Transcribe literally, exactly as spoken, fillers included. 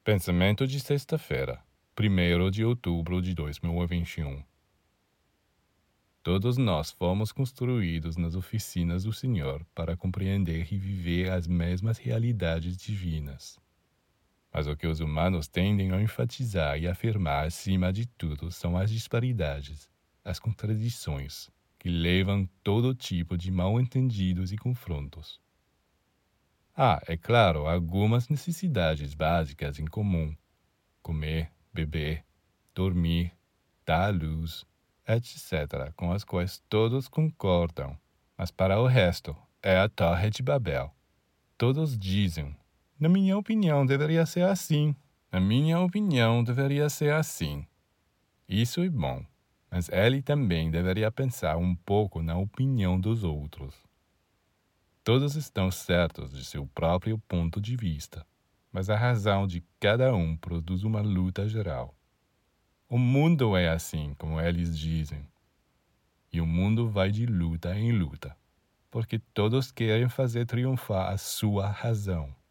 Pensamento de sexta-feira, primeiro de outubro de dois mil e vinte e um. Todos nós fomos construídos nas oficinas do Senhor para compreender e viver as mesmas realidades divinas. Mas o que os humanos tendem a enfatizar e afirmar acima de tudo são as disparidades, as contradições, que levam todo tipo de mal-entendidos e confrontos. Há, é claro, algumas necessidades básicas em comum: comer, beber, dormir, dar à luz, etcétera, com as quais todos concordam. Mas para o resto, é a Torre de Babel. Todos dizem: na minha opinião deveria ser assim. Na minha opinião deveria ser assim. Isso é bom, mas ele também deveria pensar um pouco na opinião dos outros. Todos estão certos de seu próprio ponto de vista, mas a razão de cada um produz uma luta geral. O mundo é assim, como eles dizem, e o mundo vai de luta em luta, porque todos querem fazer triunfar a sua razão.